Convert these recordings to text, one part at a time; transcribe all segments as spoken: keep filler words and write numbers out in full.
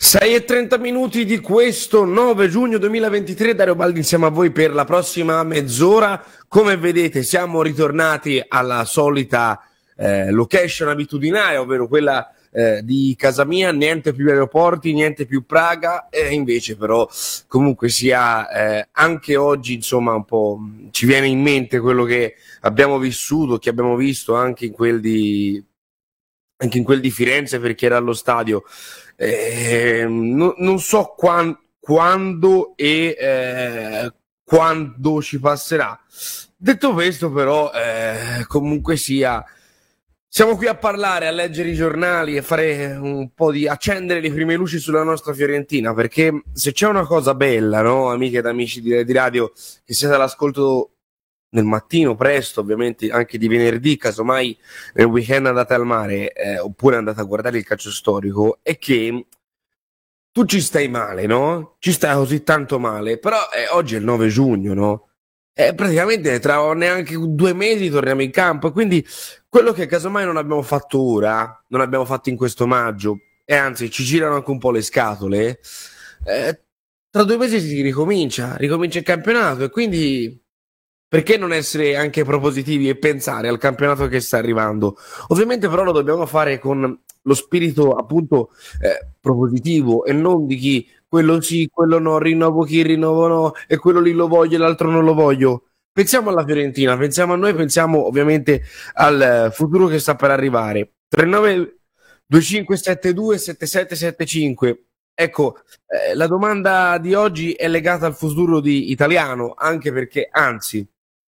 sei e trenta minuti di questo nove giugno duemilaventitré, Dario Baldi insieme a voi per la prossima mezz'ora. Come vedete siamo ritornati alla solita eh, location abitudinaria, ovvero quella eh, di casa mia, niente più aeroporti, niente più Praga, e invece però comunque sia eh, anche oggi insomma un po' ci viene in mente quello che abbiamo vissuto, che abbiamo visto anche in quel di anche in quel di Firenze, perché era allo stadio. Eh, no, non so quan, quando e eh, quando ci passerà. Detto questo, però, eh, comunque sia, siamo qui a parlare, a leggere i giornali e fare un po' di accendere le prime luci sulla nostra Fiorentina, perché se c'è una cosa bella, no, amiche ed amici di, di radio, che siete all'ascolto nel mattino presto, ovviamente anche di venerdì, casomai nel weekend andate al mare eh, oppure andate a guardare il calcio storico, è che tu ci stai male, no? Ci stai così tanto male, però eh, oggi è il nove giugno, no? E praticamente tra neanche due mesi torniamo in campo, e quindi quello che casomai non abbiamo fatto ora, non abbiamo fatto in questo maggio, e anzi ci girano anche un po' le scatole, eh, tra due mesi si ricomincia, ricomincia il campionato, e quindi perché non essere anche propositivi e pensare al campionato che sta arrivando? Ovviamente però lo dobbiamo fare con lo spirito appunto eh, propositivo, e non di chi quello sì, quello no, rinnovo chi, rinnovo no, e quello lì lo voglio e l'altro non lo voglio. Pensiamo alla Fiorentina, pensiamo a noi, pensiamo ovviamente al eh, futuro che sta per arrivare. tre nove due cinque sette due sette sette sette cinque. Ecco, eh, la domanda di oggi è legata al futuro di Italiano, anche perché, anzi,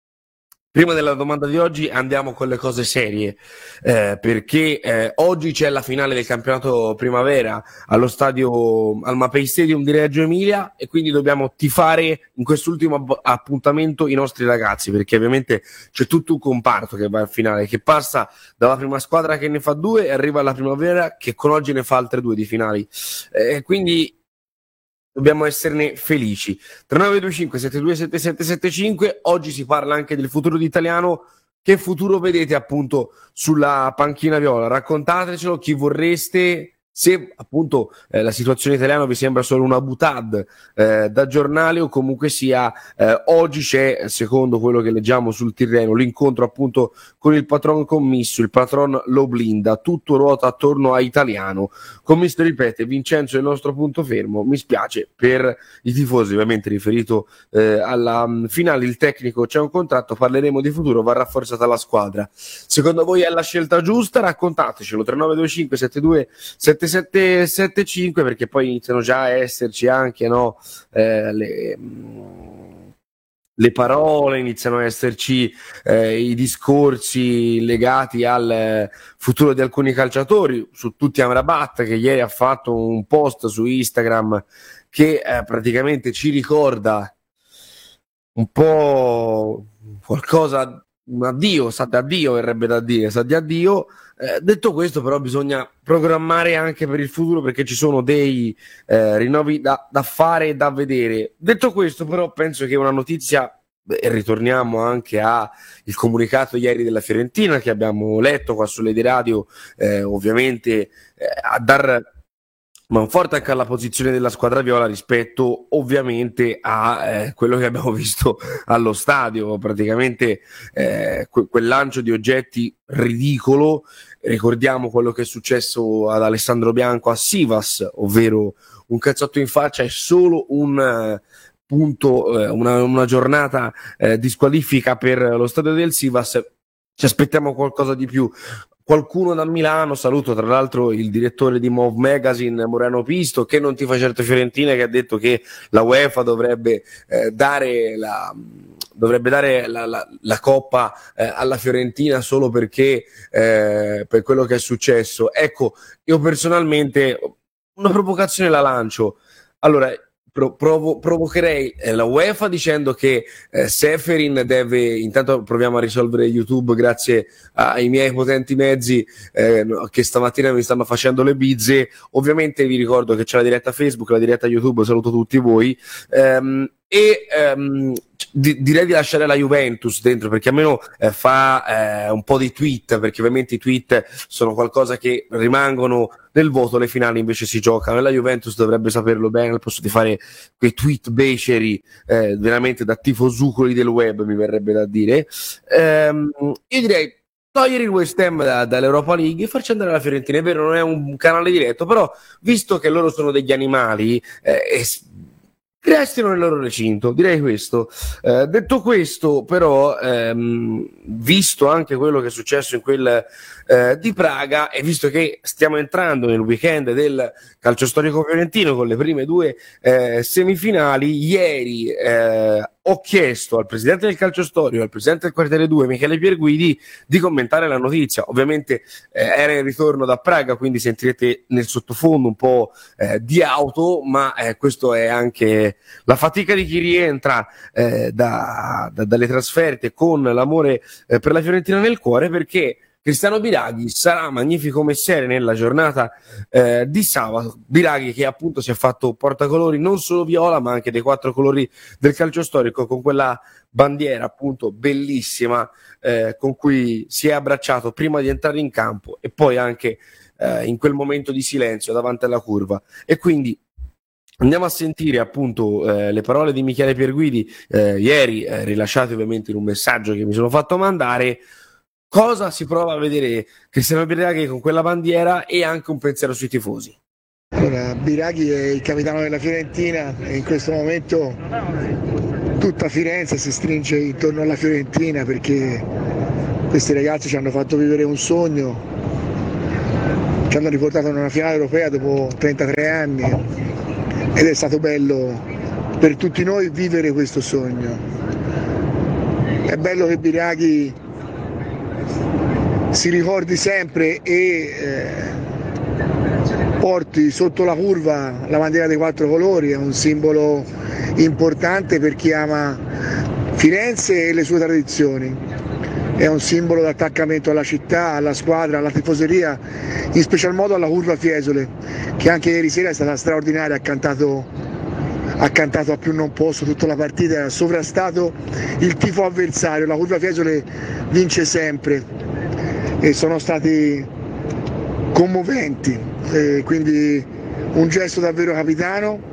prima della domanda di oggi andiamo con le cose serie, eh, perché eh, oggi c'è la finale del campionato primavera allo stadio, al Mapei Stadium di Reggio Emilia, e quindi dobbiamo tifare in quest'ultimo abb- appuntamento i nostri ragazzi, perché ovviamente c'è tutto un comparto che va in finale, che passa dalla prima squadra che ne fa due e arriva alla primavera che con oggi ne fa altre due di finali, eh, quindi dobbiamo esserne felici. tre nove due cinque sette due sette sette sette cinque. Oggi si parla anche del futuro di Italiano. Che futuro vedete appunto sulla panchina viola? Raccontatecelo, chi vorreste. Se appunto eh, la situazione italiana vi sembra solo una boutade eh, da giornale, o comunque sia eh, oggi c'è, secondo quello che leggiamo sul Tirreno, l'incontro appunto con il patron commisso, il patron lo blinda, tutto ruota attorno a Italiano. Commisso ripete, Vincenzo è il nostro punto fermo. Mi spiace per i tifosi, ovviamente riferito eh, alla mh, finale, il tecnico c'è un contratto, parleremo di futuro, va rafforzata la squadra. Secondo voi è la scelta giusta? Raccontatecelo. tre nove due cinque sette due sette sette sette cinque, perché poi iniziano già a esserci anche no, eh, le, le parole, iniziano a esserci eh, i discorsi legati al eh, futuro di alcuni calciatori. Su tutti Amrabat, che ieri ha fatto un post su Instagram che eh, praticamente ci ricorda un po' qualcosa, un addio, sa di addio, verrebbe da dire, sa di addio. Eh, detto questo, però, bisogna programmare anche per il futuro, perché ci sono dei eh, rinnovi da, da fare e da vedere. Detto questo, però, penso che una notizia, e ritorniamo anche al comunicato ieri della Fiorentina che abbiamo letto qua sulle radio, eh, ovviamente eh, a dar manforte anche alla posizione della squadra viola rispetto ovviamente a eh, quello che abbiamo visto allo stadio, praticamente eh, que- quel lancio di oggetti ridicolo. Ricordiamo quello che è successo ad Alessandro Bianco a Sivas, ovvero un cazzotto in faccia e solo un eh, punto, eh, una, una giornata eh, di squalifica per lo stadio del Sivas. Ci aspettiamo qualcosa di più. Qualcuno da Milano, saluto tra l'altro il direttore di Move Magazine Moreno Pisto, che non tifa certo Fiorentina, che ha detto che la UEFA dovrebbe eh, dare la dovrebbe dare la, la, la coppa eh, alla Fiorentina solo perché eh, per quello che è successo. Ecco, io personalmente una provocazione la lancio. Allora, Pro, provo, provocherei eh, la UEFA dicendo che eh, Seferin deve, intanto proviamo a risolvere YouTube grazie ai miei potenti mezzi eh, che stamattina mi stanno facendo le bizze. Ovviamente vi ricordo che c'è la diretta Facebook, la diretta YouTube, saluto tutti voi. ehm, e ehm, di, direi di lasciare la Juventus dentro, perché almeno eh, fa eh, un po' di tweet, perché ovviamente i tweet sono qualcosa che rimangono nel voto, le finali invece si giocano e la Juventus dovrebbe saperlo bene al posto di fare quei tweet beceri eh, veramente da tifosucoli del web, mi verrebbe da dire. Ehm, io direi togliere il West Ham da, dall'Europa League e farci andare alla Fiorentina. È vero, non è un canale diretto, però visto che loro sono degli animali eh, e restino nel loro recinto, direi questo. Eh, detto questo, però, ehm, visto anche quello che è successo in quel eh, di Praga e visto che stiamo entrando nel weekend del calcio storico fiorentino con le prime due eh, semifinali, ieri eh, ho chiesto al presidente del calcio storico, al presidente del quartiere due, Michele Pierguidi, di commentare la notizia. Ovviamente eh, era in ritorno da Praga, quindi sentirete nel sottofondo un po' eh, di auto, ma eh, questo è anche la fatica di chi rientra eh, da, da, dalle trasferte con l'amore eh, per la Fiorentina nel cuore, perché Cristiano Biraghi sarà magnifico mestiere nella giornata eh, di sabato. Biraghi che appunto si è fatto portacolori non solo viola ma anche dei quattro colori del calcio storico, con quella bandiera appunto bellissima eh, con cui si è abbracciato prima di entrare in campo e poi anche eh, in quel momento di silenzio davanti alla curva. E quindi andiamo a sentire appunto eh, le parole di Michele Pierguidi eh, ieri eh, rilasciate ovviamente in un messaggio che mi sono fatto mandare. Cosa si prova a vedere Cristiano Biraghi con quella bandiera e anche un pensiero sui tifosi. Allora, Biraghi è il capitano della Fiorentina e in questo momento tutta Firenze si stringe intorno alla Fiorentina, perché questi ragazzi ci hanno fatto vivere un sogno, ci hanno riportato in una finale europea dopo trentatré anni ed è stato bello per tutti noi vivere questo sogno. È bello che Biraghi si ricordi sempre e eh, porti sotto la curva la bandiera dei quattro colori. È un simbolo importante per chi ama Firenze e le sue tradizioni, è un simbolo d'attaccamento alla città, alla squadra, alla tifoseria, in special modo alla curva Fiesole, che anche ieri sera è stata straordinaria, ha cantato, ha cantato a più non posso tutta la partita, ha sovrastato il tifo avversario. La curva Fiesole vince sempre e sono stati commoventi, eh, quindi un gesto davvero capitano.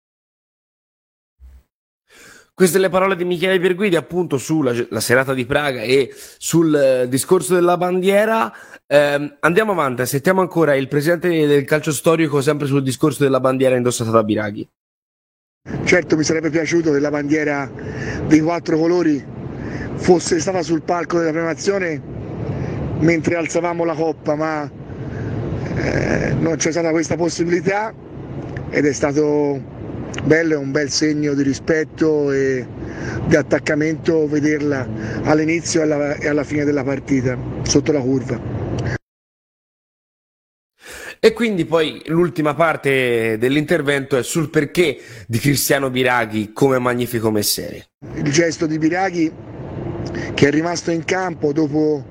Queste le parole di Michele Pierguidi appunto sulla la serata di Praga e sul eh, discorso della bandiera. Eh, andiamo avanti, sentiamo ancora il presidente del calcio storico sempre sul discorso della bandiera indossata da Biraghi. Certo, mi sarebbe piaciuto che la bandiera dei quattro colori fosse stata sul palco della premiazione mentre alzavamo la coppa, ma eh, non c'è stata questa possibilità ed è stato bello, è un bel segno di rispetto e di attaccamento vederla all'inizio e alla, e alla fine della partita sotto la curva. E quindi poi l'ultima parte dell'intervento è sul perché di Cristiano Biraghi come magnifico mestiere. Il gesto di Biraghi che è rimasto in campo dopo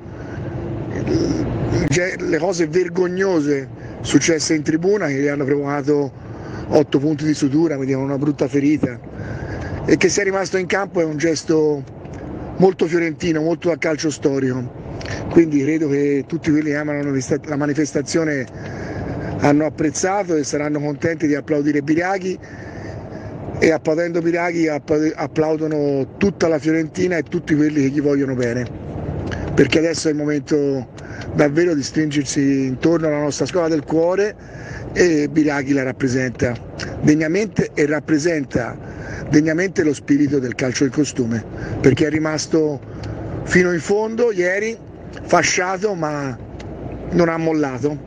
le cose vergognose successe in tribuna, che gli hanno provocato otto punti di sutura, quindi una brutta ferita, e che sia rimasto in campo è un gesto molto fiorentino, molto da calcio storico. Quindi credo che tutti quelli che amano la manifestazione hanno apprezzato e saranno contenti di applaudire Biraghi, e applaudendo Biraghi applaudono tutta la Fiorentina e tutti quelli che gli vogliono bene, perché adesso è il momento davvero di stringersi intorno alla nostra squadra del cuore e Biraghi la rappresenta degnamente e rappresenta degnamente lo spirito del calcio del costume, perché è rimasto fino in fondo ieri, fasciato ma non ha mollato.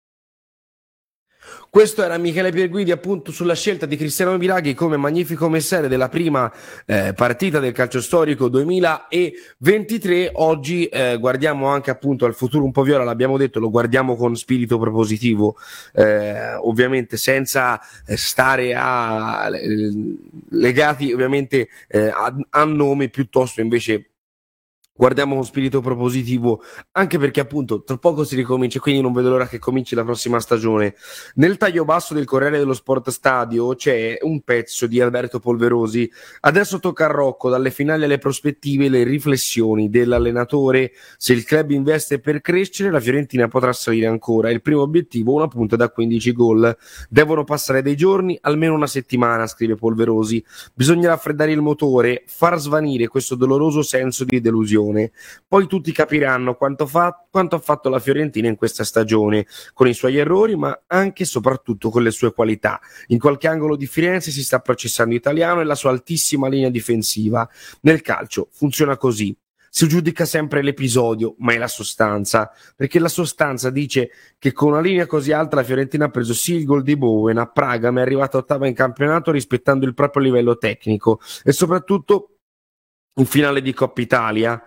Questo era Michele Pierguidi appunto sulla scelta di Cristiano Biraghi come magnifico mestiere della prima eh, partita del calcio storico duemilaventitré. Oggi eh, guardiamo anche appunto al futuro un po' viola, l'abbiamo detto, lo guardiamo con spirito propositivo, eh, ovviamente senza stare a eh, legati ovviamente eh, a, a nome, piuttosto invece guardiamo con spirito propositivo, anche perché appunto tra poco si ricomincia, quindi non vedo l'ora che cominci la prossima stagione. Nel taglio basso del Corriere dello Sport Stadio c'è un pezzo di Alberto Polverosi. Adesso tocca a Rocco, dalle finali alle prospettive, le riflessioni dell'allenatore. Se il club investe per crescere, la Fiorentina potrà salire ancora. Il primo obiettivo, una punta da quindici gol. Devono passare dei giorni, almeno una settimana, scrive Polverosi. Bisogna raffreddare il motore, far svanire questo doloroso senso di delusione. Poi tutti capiranno quanto, fa, quanto ha fatto la Fiorentina in questa stagione, con i suoi errori ma anche e soprattutto con le sue qualità. In qualche angolo di Firenze si sta processando Italiano e la sua altissima linea difensiva. Nel calcio funziona così: si giudica sempre l'episodio, ma è la sostanza, perché la sostanza dice che con una linea così alta la Fiorentina ha preso sì il gol di Bowen a Praga, ma è arrivata ottava in campionato rispettando il proprio livello tecnico e soprattutto in finale di Coppa Italia.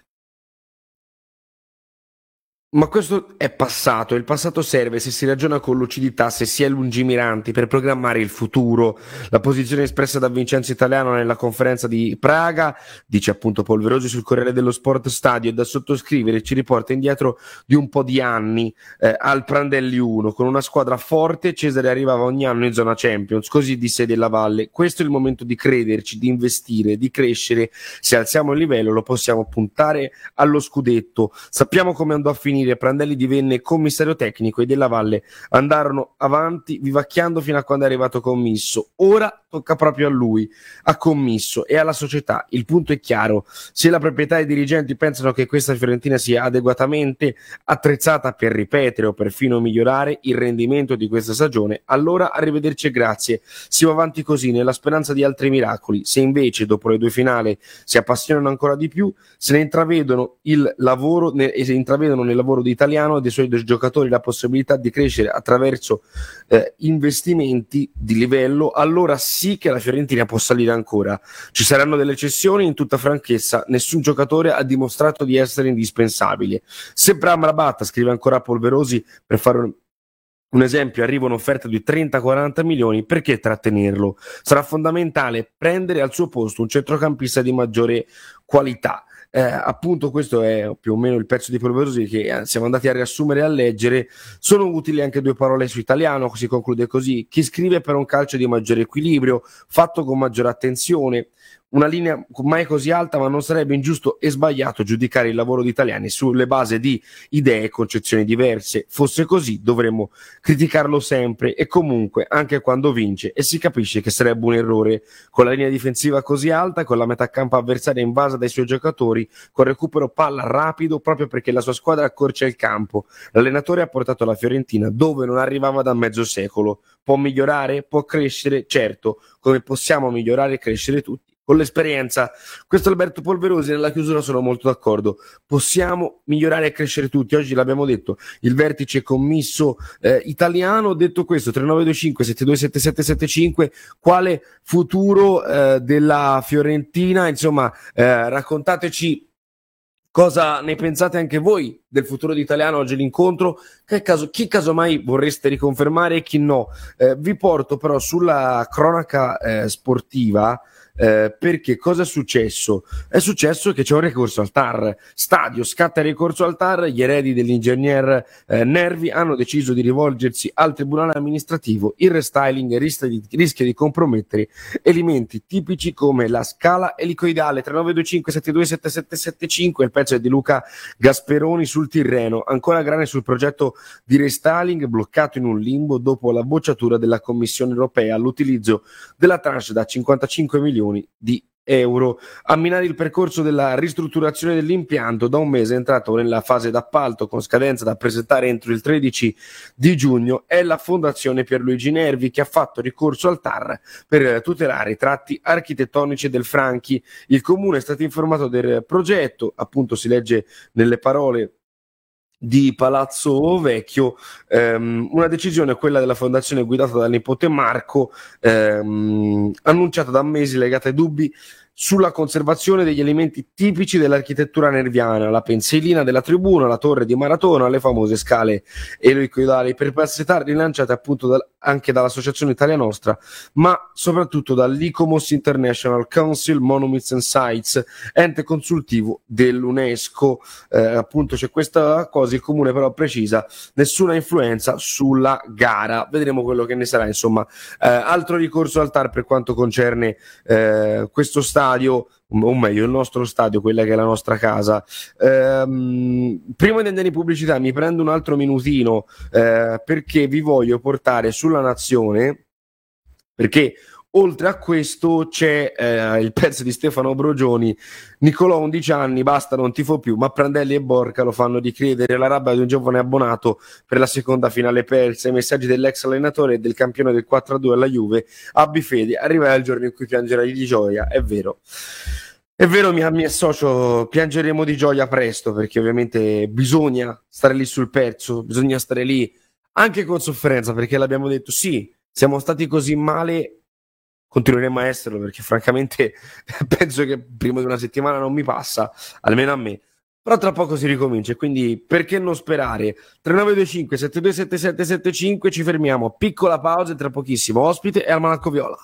Ma questo è passato, il passato serve se si ragiona con lucidità, se si è lungimiranti per programmare il futuro. La posizione espressa da Vincenzo Italiano nella conferenza di Praga, dice appunto Polverosi sul Corriere dello Sport Stadio, è da sottoscrivere, ci riporta indietro di un po' di anni eh, al Prandelli uno, con una squadra forte. Cesare arrivava ogni anno in zona Champions, così disse Della Valle. Questo è il momento di crederci, di investire, di crescere. Se alziamo il livello lo possiamo puntare allo scudetto. Sappiamo come andò a finire. Prandelli divenne commissario tecnico e Della Valle andarono avanti vivacchiando fino a quando è arrivato commisso. Ora tocca proprio a lui, a commisso e alla società. Il punto è chiaro: se la proprietà e i dirigenti pensano che questa Fiorentina sia adeguatamente attrezzata per ripetere o perfino migliorare il rendimento di questa stagione, allora arrivederci e grazie. Si va avanti così nella speranza di altri miracoli. Se invece dopo le due finali si appassionano ancora di più, se ne intravedono il lavoro ne, e se intravedono nel lavoro di Italiano e dei suoi giocatori la possibilità di crescere attraverso eh, investimenti di livello, allora sì che la Fiorentina può salire ancora. Ci saranno delle cessioni, in tutta franchezza nessun giocatore ha dimostrato di essere indispensabile. Se Bram Rabat, scrive ancora Polverosi, per fare un Un esempio, arriva un'offerta di trenta quaranta milioni, perché trattenerlo? Sarà fondamentale prendere al suo posto un centrocampista di maggiore qualità. Eh, appunto questo è più o meno il pezzo di Polverosi che eh, siamo andati a riassumere e a leggere. Sono utili anche due parole su Italiano, si conclude così: chi scrive per un calcio di maggiore equilibrio, fatto con maggiore attenzione, una linea mai così alta, ma non sarebbe ingiusto e sbagliato giudicare il lavoro di Italiani sulle basi di idee e concezioni diverse. Fosse così dovremmo criticarlo sempre e comunque anche quando vince, e si capisce che sarebbe un errore con la linea difensiva così alta, con la metà campo avversaria invasa dai suoi giocatori, con recupero palla rapido proprio perché la sua squadra accorcia il campo. L'allenatore ha portato la Fiorentina dove non arrivava da mezzo secolo. Può migliorare? Può crescere? Certo, come possiamo migliorare e crescere tutti? Con l'esperienza. Questo Alberto Polverosi, nella chiusura sono molto d'accordo. Possiamo migliorare e crescere tutti. Oggi l'abbiamo detto, il vertice commisso eh, Italiano. Detto questo, tre nove due cinque sette due sette sette sette cinque, quale futuro eh, della Fiorentina? Insomma, eh, raccontateci cosa ne pensate anche voi del futuro di Italiano oggi l'incontro, che caso, chi casomai vorreste riconfermare e chi no. Eh, vi porto però sulla cronaca eh, sportiva. Eh, perché cosa è successo? È successo che c'è un ricorso al T A R. Stadio scatta il ricorso al T A R. Gli eredi dell'ingegner eh, Nervi hanno deciso di rivolgersi al tribunale amministrativo. Il restyling rischia di, rischia di compromettere elementi tipici come la scala elicoidale. Tre nove due cinque sette due sette sette sette cinque. Il pezzo è di Luca Gasperoni sul Tirreno. Ancora grane sul progetto di restyling, bloccato in un limbo dopo la bocciatura della Commissione europea all'utilizzo della tranche da cinquantacinque milioni di euro. A minare il percorso della ristrutturazione dell'impianto, da un mese è entrato nella fase d'appalto con scadenza da presentare entro il tredici di giugno, è la Fondazione Pierluigi Nervi che ha fatto ricorso al T A R per tutelare i tratti architettonici del Franchi. Il comune è stato informato del progetto, appunto si legge nelle parole di Palazzo Vecchio. Um, una decisione, quella della fondazione guidata dal nipote Marco, um, annunciata da mesi, legata ai dubbi sulla conservazione degli elementi tipici dell'architettura nerviana, la pensilina della tribuna, la torre di Maratona, le famose scale elicoidali per passeggiare, rilanciate appunto dal, anche dall'Associazione Italia Nostra, ma soprattutto dall'I C O M O S International Council Monuments and Sites, ente consultivo dell'UNESCO. Eh, appunto c'è questa cosa, il comune però precisa nessuna influenza sulla gara, vedremo quello che ne sarà. Insomma, eh, altro ricorso al T A R per quanto concerne eh, questo stadio, o meglio il nostro stadio, quella che è la nostra casa. Ehm, prima di andare in pubblicità mi prendo un altro minutino eh, perché vi voglio portare sulla Nazione, perché oltre a questo c'è eh, il pezzo di Stefano Brogioni, Nicolò undici anni, basta non tifo più, ma Prandelli e Borca lo fanno ricredere, la rabbia di un giovane abbonato per la seconda finale persa, i messaggi dell'ex allenatore e del campione del quattro a due alla Juve, abbi fede, arriverà il giorno in cui piangerai di gioia, è vero. È vero, mi, mi associo, piangeremo di gioia presto, perché ovviamente bisogna stare lì sul pezzo, bisogna stare lì anche con sofferenza, perché l'abbiamo detto, sì, siamo stati così male, continueremo a esserlo, perché francamente penso che prima di una settimana non mi passa, almeno a me, però tra poco si ricomincia, quindi perché non sperare? tre nove due cinque sette due sette sette sette cinque, ci fermiamo, piccola pausa e tra pochissimo ospite e Almanacco Viola.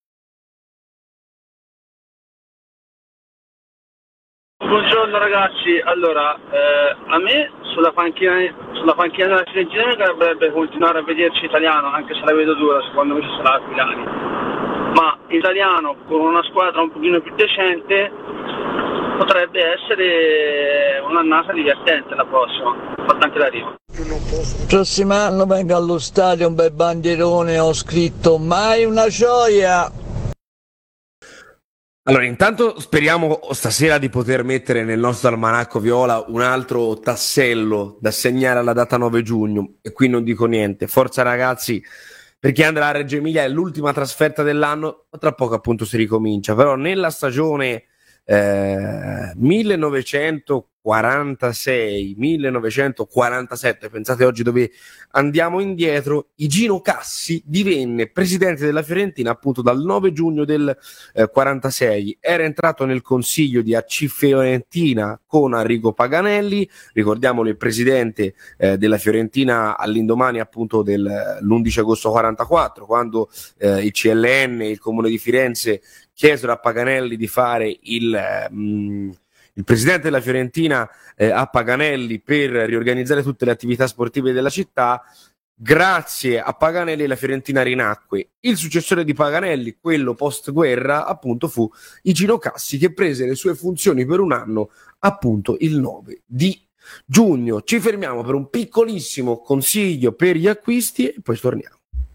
Buongiorno ragazzi, allora eh, a me sulla panchina, sulla panchina della Fiorentina mi dovrebbe continuare a vederci italiano, anche se la vedo dura, secondo me ci sarà Aquilani, ma italiano con una squadra un pochino più decente potrebbe essere un'annata divertente la prossima, fatta anche l'arrivo. Prossimo anno vengo allo stadio un bel bandierone, ho scritto mai una gioia. Allora, intanto speriamo stasera di poter mettere nel nostro almanacco viola un altro tassello da segnare alla data nove giugno, e qui non dico niente, forza ragazzi, perché andrà a Reggio Emilia, è l'ultima trasferta dell'anno, tra poco appunto si ricomincia, però nella stagione eh, millenovecentoquarantasei millenovecentoquarantasette, pensate oggi dove andiamo indietro, Igino Cassi divenne presidente della Fiorentina appunto dal nove giugno del eh, quarantasei, era entrato nel consiglio di A C Fiorentina con Arrigo Paganelli, ricordiamolo il presidente eh, della Fiorentina all'indomani appunto dell'undici agosto quarantaquattro, quando eh, il C L N e il Comune di Firenze chiesero a Paganelli di fare il, mh, il presidente della Fiorentina eh, a Paganelli per riorganizzare tutte le attività sportive della città. Grazie a Paganelli la Fiorentina rinacque. Il successore di Paganelli, quello post guerra, appunto fu Igino Cassi, che prese le sue funzioni per un anno appunto il nove di giugno. Ci fermiamo per un piccolissimo consiglio per gli acquisti e poi torniamo.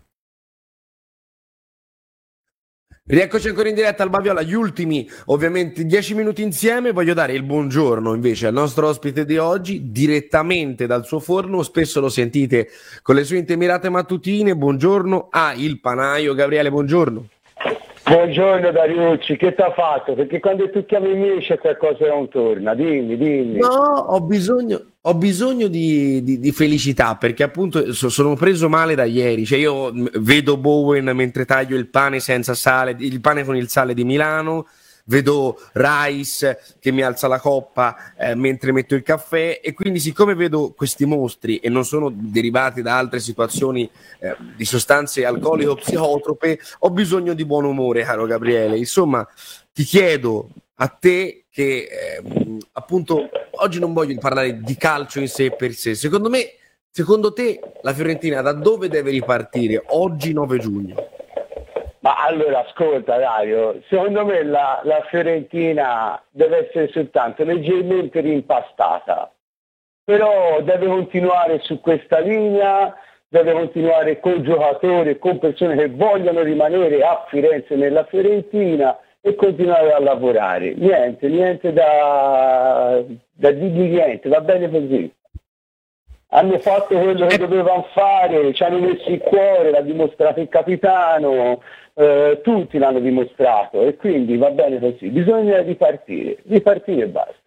Rieccoci ancora in diretta al Baviola, gli ultimi ovviamente dieci minuti insieme. Voglio dare il buongiorno invece al nostro ospite di oggi direttamente dal suo forno, spesso lo sentite con le sue intemerate mattutine. Buongiorno a Il Panaio. Gabriele, buongiorno. Buongiorno Dariucci, che t'ha fatto? Perché quando tu chiami i miei c'è qualcosa che non torna, dimmi, dimmi. No, ho bisogno, ho bisogno di, di, di felicità, perché appunto so, sono preso male da ieri, cioè io vedo Bowen mentre taglio il pane senza sale, il pane con il sale di Milano, vedo Rice che mi alza la coppa eh, mentre metto il caffè, e quindi siccome vedo questi mostri e non sono derivati da altre situazioni eh, di sostanze alcoliche o psicotrope, ho bisogno di buon umore, caro Gabriele. Insomma, ti chiedo a te che eh, appunto oggi non voglio parlare di calcio in sé per sé, secondo me, secondo te la Fiorentina da dove deve ripartire oggi nove giugno? Ma allora ascolta Dario, secondo me la, la Fiorentina deve essere soltanto leggermente rimpastata, però deve continuare su questa linea, deve continuare con giocatori, con persone che vogliono rimanere a Firenze nella Fiorentina e continuare a lavorare. Niente, niente da, da dirgli niente, va bene così. Hanno fatto quello che dovevano fare, ci hanno messo il cuore, l'ha dimostrato il capitano, eh, tutti l'hanno dimostrato e quindi va bene così. Bisogna ripartire, ripartire e basta.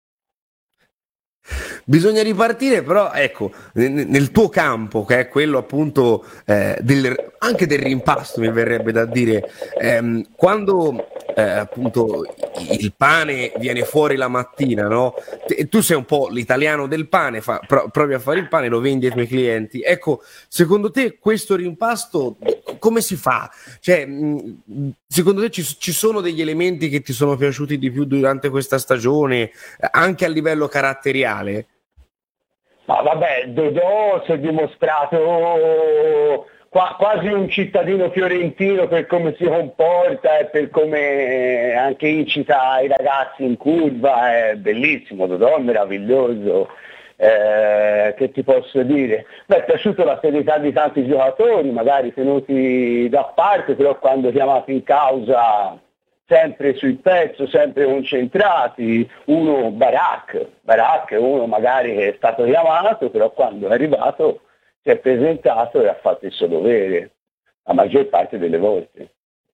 Bisogna ripartire, però ecco, nel, nel tuo campo, che è quello appunto eh, del, anche del rimpasto, mi verrebbe da dire, ehm, quando eh, appunto il pane viene fuori la mattina, no? Te, tu sei un po' l'italiano del pane, fa, pro, provi a fare il pane, lo vendi ai tuoi clienti. Ecco, secondo te questo rimpasto come si fa? Cioè, mh, secondo te ci, ci sono degli elementi che ti sono piaciuti di più durante questa stagione, anche a livello caratteriale? Ma vabbè, Dodò si è dimostrato qua, quasi un cittadino fiorentino per come si comporta e per come anche incita i ragazzi in curva, è bellissimo, Dodò è meraviglioso. Eh, che ti posso dire? Beh, è piaciuta la serietà di tanti giocatori, magari tenuti da parte, però quando chiamati in causa sempre sul pezzo, sempre concentrati. Uno Barak, Barak è uno magari che è stato chiamato, però quando è arrivato si è presentato e ha fatto il suo dovere, la maggior parte delle volte.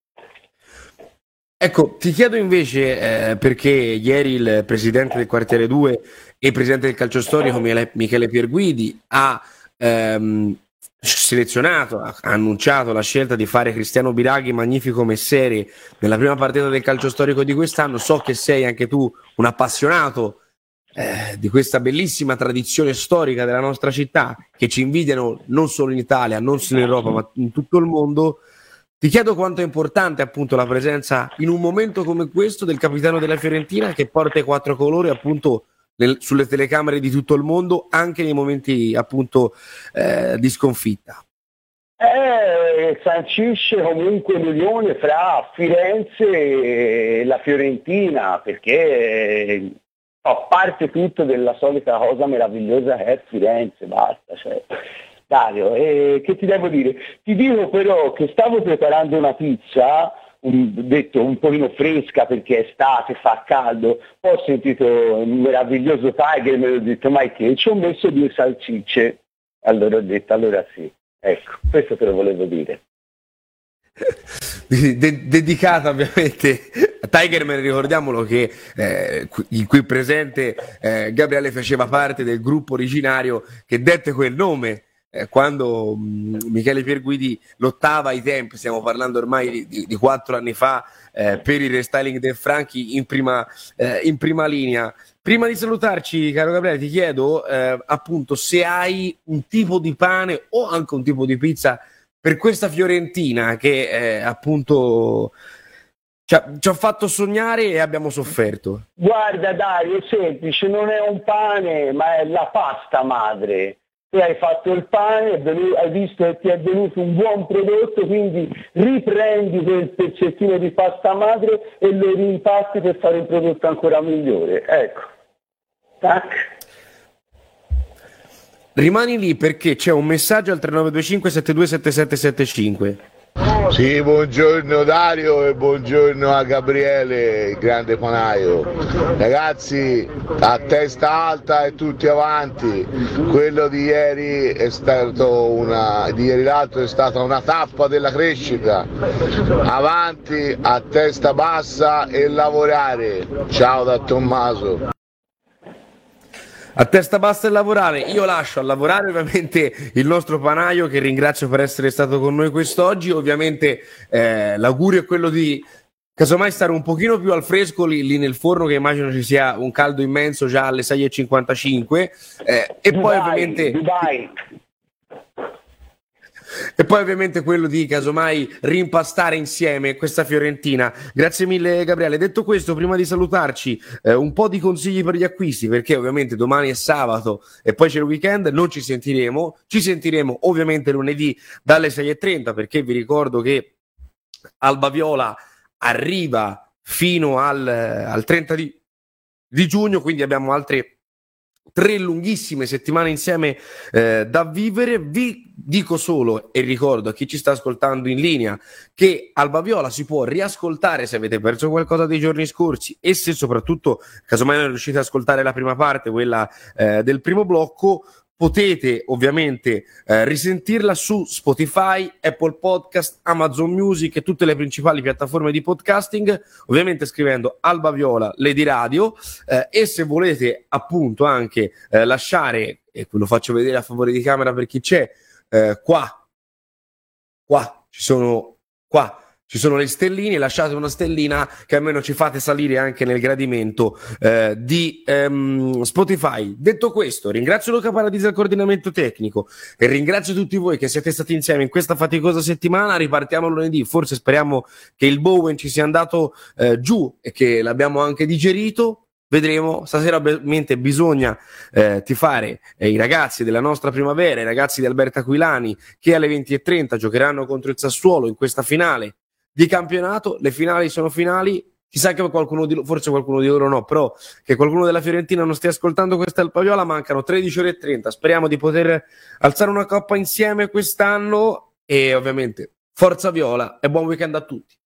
Ecco, ti chiedo invece, eh, perché ieri il presidente del quartiere due e il presidente del calcio storico Michele Pierguidi ha ehm, selezionato, ha annunciato la scelta di fare Cristiano Biraghi magnifico mestiere nella prima partita del calcio storico di quest'anno. So che sei anche tu un appassionato eh, di questa bellissima tradizione storica della nostra città, che ci invidiano non solo in Italia, non solo in Europa, ma in tutto il mondo. Ti chiedo quanto è importante appunto la presenza in un momento come questo del capitano della Fiorentina, che porta i quattro colori appunto nel, sulle telecamere di tutto il mondo, anche nei momenti appunto eh, di sconfitta. Eh, sancisce comunque l'unione fra Firenze e la Fiorentina, perché fa parte tutto della solita cosa meravigliosa che è Firenze, basta, cioè. Dario, eh, che ti devo dire? Ti dico però che stavo preparando una pizza, un, detto un pochino fresca perché è estate, fa caldo, poi ho sentito un meraviglioso Tiger e mi ho detto ma che? Ci ho messo due salsicce, allora ho detto allora sì, ecco, questo te lo volevo dire. De- dedicata ovviamente a Tiger, me ne ricordiamolo che eh, il qui presente eh, Gabriele faceva parte del gruppo originario che dette quel nome. Eh, quando mh, Michele Pierguidi lottava ai tempi, stiamo parlando ormai di, di, di quattro anni fa, eh, per il restyling del Franchi in prima, eh, in prima linea. Prima di salutarci, caro Gabriele, ti chiedo eh, appunto se hai un tipo di pane o anche un tipo di pizza per questa Fiorentina che eh, appunto ci ha, ci ha fatto sognare e abbiamo sofferto. Guarda Dario, è semplice, non è un pane ma è la pasta madre. Tu hai fatto il pane, hai visto che ti è venuto un buon prodotto, quindi riprendi quel pezzettino di pasta madre e lo rimpasti per fare un prodotto ancora migliore. Ecco. Tac. Rimani lì perché c'è un messaggio al tre nove due cinque sette due sette sette sette cinque. Sì, buongiorno Dario e buongiorno a Gabriele, il grande panaio. Ragazzi, a testa alta e tutti avanti. Quello di ieri è stato una di ieri l'altro è stata una tappa della crescita. Avanti, a testa bassa e lavorare. Ciao da Tommaso. A testa bassa e lavorare. Io lascio a lavorare ovviamente il nostro panaio, che ringrazio per essere stato con noi quest'oggi. Ovviamente eh, l'augurio è quello di casomai stare un pochino più al fresco lì, lì nel forno, che immagino ci sia un caldo immenso già alle sei e cinquantacinque, eh, e Dubai, poi ovviamente Dubai. E poi ovviamente quello di casomai rimpastare insieme questa Fiorentina. Grazie mille Gabriele. Detto questo, prima di salutarci, eh, un po' di consigli per gli acquisti, perché ovviamente domani è sabato e poi c'è il weekend, non ci sentiremo, ci sentiremo ovviamente lunedì dalle sei e trenta, perché vi ricordo che Alba Viola arriva fino al, al trenta di, di giugno, quindi abbiamo altre tre lunghissime settimane insieme eh, da vivere. Vi dico solo e ricordo a chi ci sta ascoltando in linea che Alba Viola si può riascoltare se avete perso qualcosa dei giorni scorsi, e se soprattutto casomai non riuscite ad ascoltare la prima parte, quella eh, del primo blocco, potete ovviamente eh, risentirla su Spotify, Apple Podcast, Amazon Music e tutte le principali piattaforme di podcasting, ovviamente scrivendo Alba Viola Lady Radio, eh, e se volete appunto anche eh, lasciare, e ve lo faccio vedere a favore di camera per chi c'è, eh, qua, qua ci sono, qua ci sono le stelline, lasciate una stellina che almeno ci fate salire anche nel gradimento eh, di ehm, Spotify. Detto questo, ringrazio Luca Paradisi al coordinamento tecnico e ringrazio tutti voi che siete stati insieme in questa faticosa settimana. Ripartiamo lunedì, forse speriamo che il Bowen ci sia andato eh, giù e che l'abbiamo anche digerito. Vedremo, stasera ovviamente bisogna eh, tifare eh, i ragazzi della nostra primavera, i ragazzi di Alberto Aquilani, che alle venti e trenta giocheranno contro il Sassuolo in questa finale di campionato. Le finali sono finali, chissà che qualcuno di forse qualcuno di loro no, però che qualcuno della Fiorentina non stia ascoltando questa Alpa Viola. Mancano tredici ore e trenta, speriamo di poter alzare una coppa insieme quest'anno e ovviamente forza Viola e buon weekend a tutti.